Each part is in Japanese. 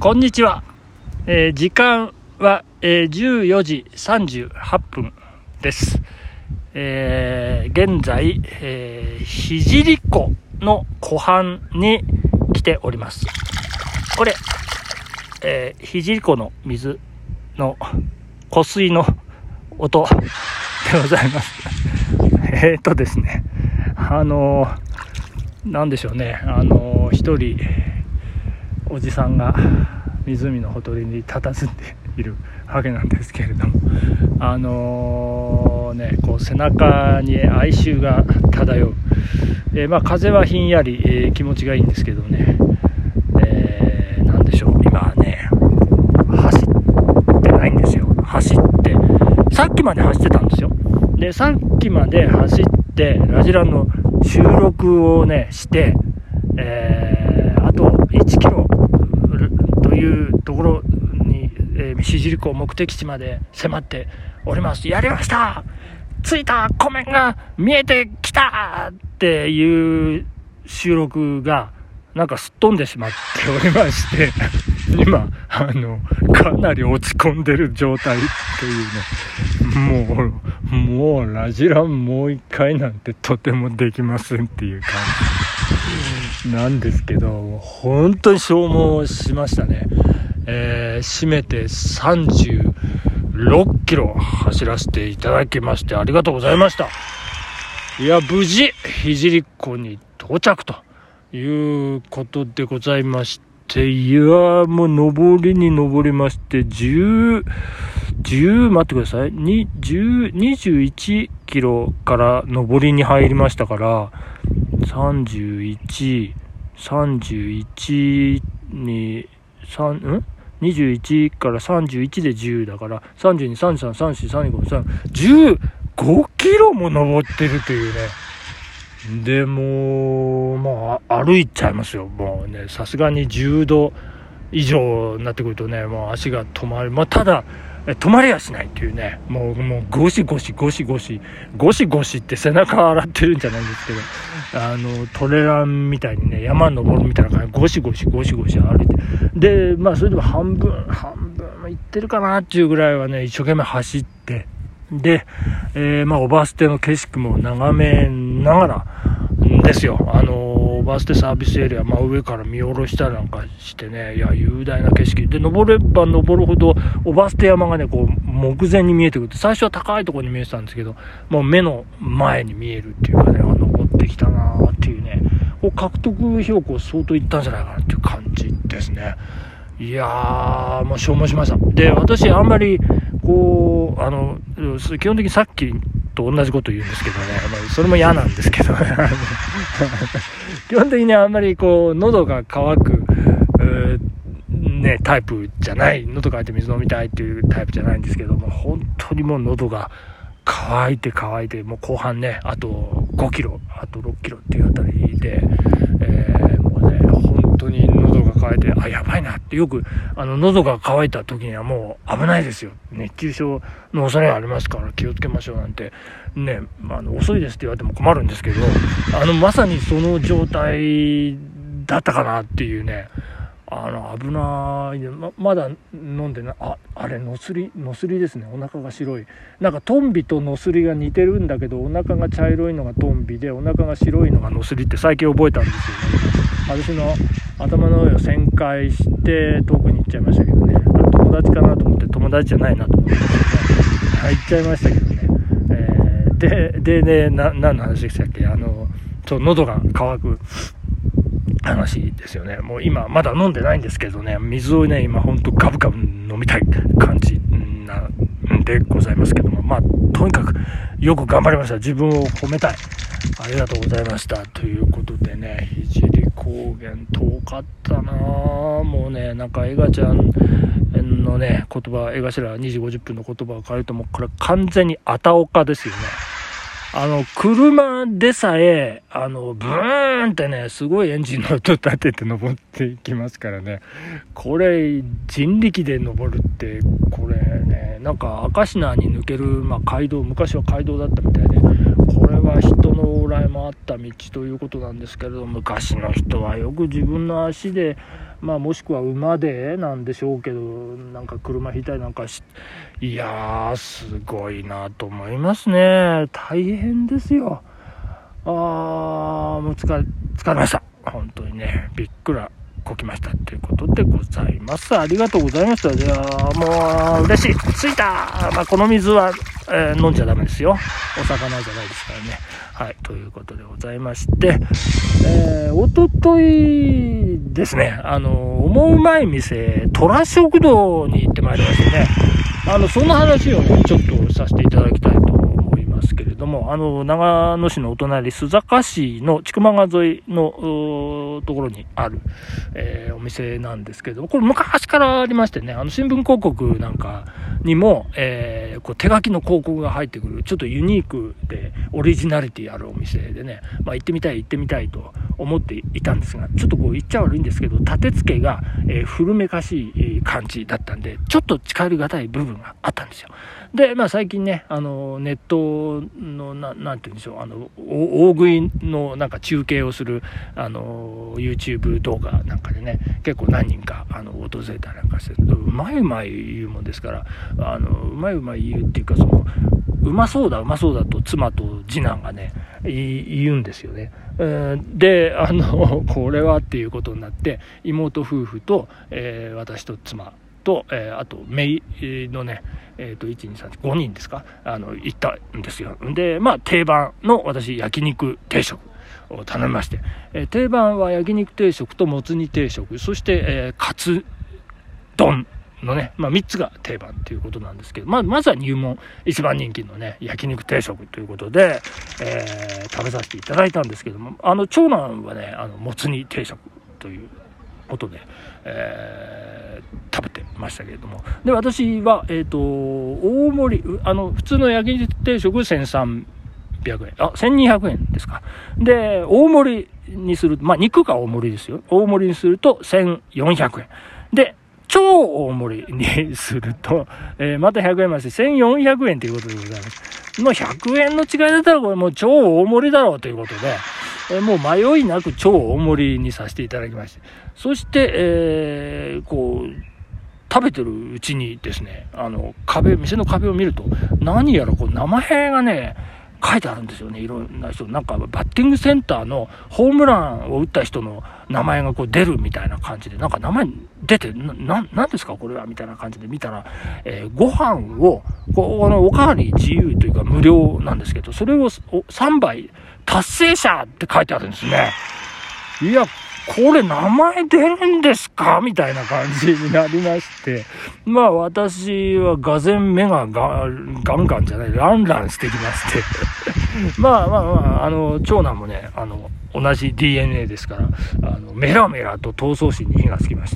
こんにちは。時間は、14時38分です。現在、聖湖の湖畔に来ております。これ、聖湖の水の湖水の音でございます。ですね、なんでしょうね、一人おじさんが湖のほとりに佇んでいるわけなんですけれども、こう背中に哀愁が漂う、風はひんやり、気持ちがいいんですけどね、なんでしょう、今ね走ってないんですよ。走ってさっきまで走ってたんですよ。でさっきまで走ってラジラの収録をねして、あと1キロというところに、聖湖目的地まで迫っております。やりました、着いた、湖面が見えてきたっていう収録がなんかすっ飛んでしまっておりまして今かなり落ち込んでる状態というね、もうラジランもう一回なんてとてもできませんっていう感じなんですけど、本当に消耗しましたね。締めて36キロ走らせていただきましてありがとうございました。いや、無事聖湖に到着ということでございまして、いやもう登りに登りまして10待ってください、21キロから登りに入りましたから、31に21から31で10だから32、33、34、35、15キロも登ってるというね。でも歩いちゃいますよ。もうね、さすがに10度以上になってくるとね、もう足が止まる。ただ止まりはしないっていうね、もうゴシゴシって背中洗ってるんじゃないんですけど、トレランみたいにね、山登るみたいな感じでゴシゴシ歩いて、でそれでも半分いってるかなっていうぐらいはね一生懸命走って、で、オバステの景色も眺めながらですよ。オバステサービスエリア、上から見下ろしたりなんかしてね、いや雄大な景色で、登れば登るほどオバステ山がねこう目前に見えてくるって、最初は高いところに見えてたんですけど、もう目の前に見えるっていうかね、登ってきたなーっていうね、こう獲得標高相当いったんじゃないかなっていう感じですね。いやーもう消耗しました。で私あんまりこう基本的にさっきと同じこと言うんですけどね、それも嫌なんですけど基本的にあんまりこう喉が渇くタイプじゃない、喉乾いて水飲みたいっていうタイプじゃないんですけども、本当にもう喉が乾いてもう後半ね、あと5キロあと6キロっていうあたりで、もうね本当に喉が渇いて、やばいなって、よく喉が渇いた時にはもう危ないですよ、熱中症の恐れがありますから気をつけましょうなんてね、遅いですって言われても困るんですけど、まさにその状態だったかなっていうね、危ない、まだ飲んでな、あれノスリですね。お腹が白い、なんかトンビとノスリが似てるんだけど、お腹が茶色いのがトンビでお腹が白いのがノスリって最近覚えたんですよね。私の頭の上を旋回して遠くに行っちゃいましたけどね、友達かなと思って友達じゃないなと思って行っちゃいましたけどね。でね、何の話でしたっけ、喉が渇く話ですよね。もう今まだ飲んでないんですけどね、水をね今ほんとガブガブ飲みたい感じなんでございますけども、とにかくよく頑張りました。自分を褒めたい。ありがとうございましたということでね、聖高原遠かったな。もうね、なんかエガちゃんのね言葉、江頭2時50分の言葉を借りると、もうこれ完全にあたおかですよね。車でさえブーンってねすごいエンジンの音立てて登っていきますからね、これ人力で登るって、これねなんか明科に抜ける、街道、昔は街道だったみたいで、これは人のおら来もあった道ということなんですけれど、昔の人はよく自分の足で、もしくは馬でなんでしょうけど、なんか車引いたりなんかいやーすごいなと思いますね。大変ですよ。もう疲れました。本当にね、びっくらこきましたということでございます。ありがとうございました。じゃあもう嬉しい、着いた。この水は、飲んじゃダメですよ。お魚じゃないですからね。はい、ということでございまして、おとといですね、思うまい店虎食堂に行ってまいりましてね、そんな話をねちょっとさせていただきたいと思いますけれども、長野市のお隣須坂市の千曲川沿いのところにある、お店なんですけれども、これ昔からありましてね、新聞広告なんかにも、こう手書きの広告が入ってくる、ちょっとユニークでオリジナリティあるお店でね、行ってみたいと思っていたんですが、ちょっとこう言っちゃ悪いんですけど、立て付けが、古めかしい感じだったんで、ちょっと近寄りがたい部分があったんですよ。で、最近ね、ネットのなんて言うんでしょう、大食いのなんか中継をするYouTube 動画なんかでね、結構何人か訪れたりなんかして、うまい言うもんですから、うまい言うっていうか、うまそうだと妻と次男がね言うんですよね。でこれはっていうことになって、妹夫婦と、私と妻と、あと姪のね、1,2,3,4 人ですか、行ったんですよ。で定番の私焼肉定食を頼みまして、定番は焼肉定食ともつ煮定食、そして、カツ丼のね、3つが定番ということなんですけど、まずは入門一番人気のね焼肉定食ということで、食べさせていただいたんですけども、長男はねもつ煮定食ということで、食べてましたけれども、で私は大盛り、普通の焼肉定食1300円、1200円ですか。で大盛りにすると、肉が大盛りですよ。大盛りにすると1400円で、超大盛りにすると、また100円増して1400円ということでございます。もう100円の違いだったらこれもう超大盛りだろうということで、もう迷いなく超大盛りにさせていただきまして、そして、こう食べてるうちにですね、店の壁を見ると何やらこう名前がね書いてあるんですよね。いろんな人、なんかバッティングセンターのホームランを打った人の名前がこう出るみたいな感じで、なんか名前出て、なんですかこれはみたいな感じで見たら、ご飯をおかわり自由というか無料なんですけど、それを3杯達成者って書いてあるんですね。いや、これ名前出るんですかみたいな感じになりまして、私はがぜん目がガンガンじゃない、ランランしてきまして長男もね同じ DNA ですから、メラメラと闘争心に火がつきまして、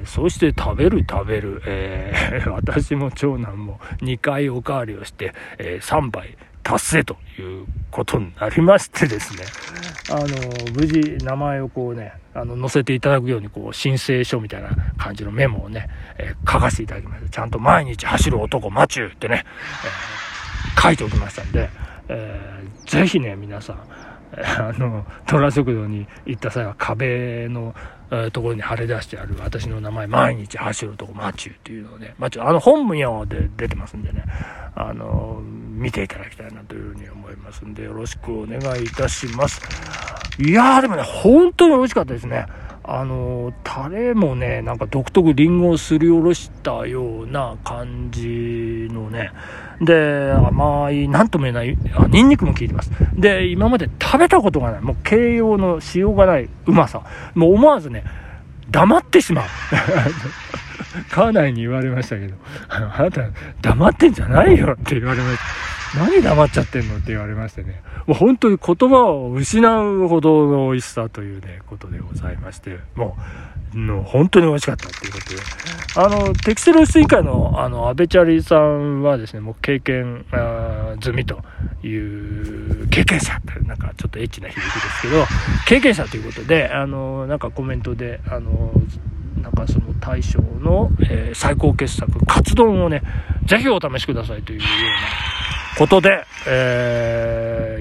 そして食べる、私も長男も2回おかわりをして、3杯達成ということになりましてですね、無事名前をこうね載せていただくように申請書みたいな感じのメモをね、書かせていただきました。ちゃんと毎日走る男マチューってね、書いておきましたんで、ぜひね皆さん虎食堂に行った際は壁のところに貼り出してある私の名前、毎日走る男マチューっていうのをね、本名で出てますんでね、見ていただきたいなというふうに思いますんで、よろしくお願いいたします。いやーでもね本当に美味しかったですね。タレもねなんか独特、リンゴをすりおろしたような感じのね、で甘い、なんとも言えない、ニンニクも効いてます。で今まで食べたことがない、もう形容のしようがないうまさ、もう思わずね黙ってしまう家内に言われましたけど、あなた黙ってんじゃないよって言われました。何黙っちゃってんのって言われましてね、もう本当に言葉を失うほどの美味しさというねことでございまして、もう本当に美味しかったっていうことで、テキセル水会の安倍チャリさんはですね、もう経験済みという経験者って、なんかちょっとエッチな響きですけど経験者ということで、なんかコメントでなんかその大賞の、最高傑作カツ丼をねぜひお試しくださいというようなことで、言っ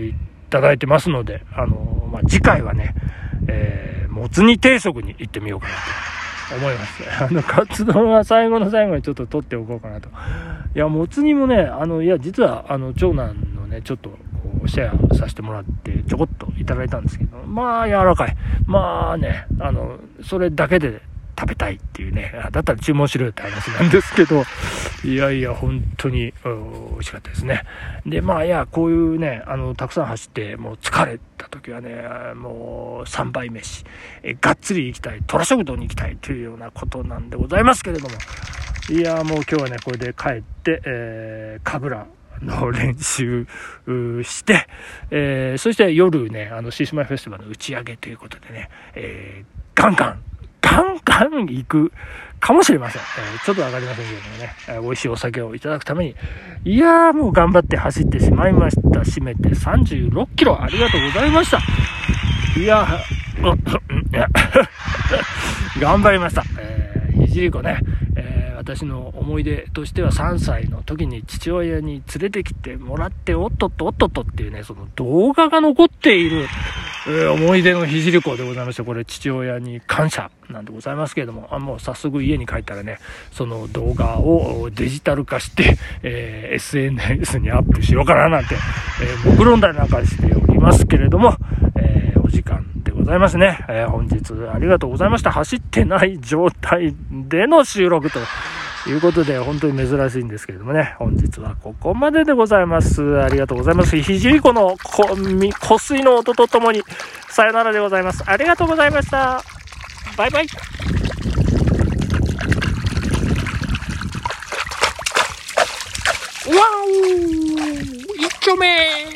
ただいてますので、次回はね、もつ煮定食に行ってみようかなと思います。カツ丼は最後の最後にちょっと取っておこうかなと。いや、もつ煮もね、実は、長男のね、ちょっと、シェアさせてもらって、ちょこっといただいたんですけど、まあ、柔らかい。まあね、それだけで食べたいっていうね、だったら注文しろよって話なんですけど、いやいや、本当に、美味しかったですね。で、まあ、いや、こういうね、たくさん走って、もう疲れた時はね、もう、3倍飯、がっつり行きたい、虎食堂に行きたいというようなことなんでございますけれども、いや、もう今日はね、これで帰って、神楽の練習して、そして夜ね、シースマイフェスティバルの打ち上げということでね、ガンガン行くかもしれません。ちょっとわかりませんけどもね、美味しいお酒をいただくために、いやーもう頑張って走ってしまいました。締めて36キロ、ありがとうございました。いや頑張りました。ひじりこね、私の思い出としては3歳の時に父親に連れてきてもらって、おっとっとおっとっとっていうね、その動画が残っている、思い出のひじりこでございました。これ父親に感謝なんでございますけれども、もう早速家に帰ったらね、その動画をデジタル化して、SNS にアップしようかななんて、目論んだりなんかしておりますけれども、お時間でございますね。本日ありがとうございました。走ってない状態での収録ということで、本当に珍しいんですけれどもね、本日はここまででございます。ありがとうございます。ひじりこの湖水の音とともにさよならでございます。ありがとうございました。バイバイ。わお、一丁目。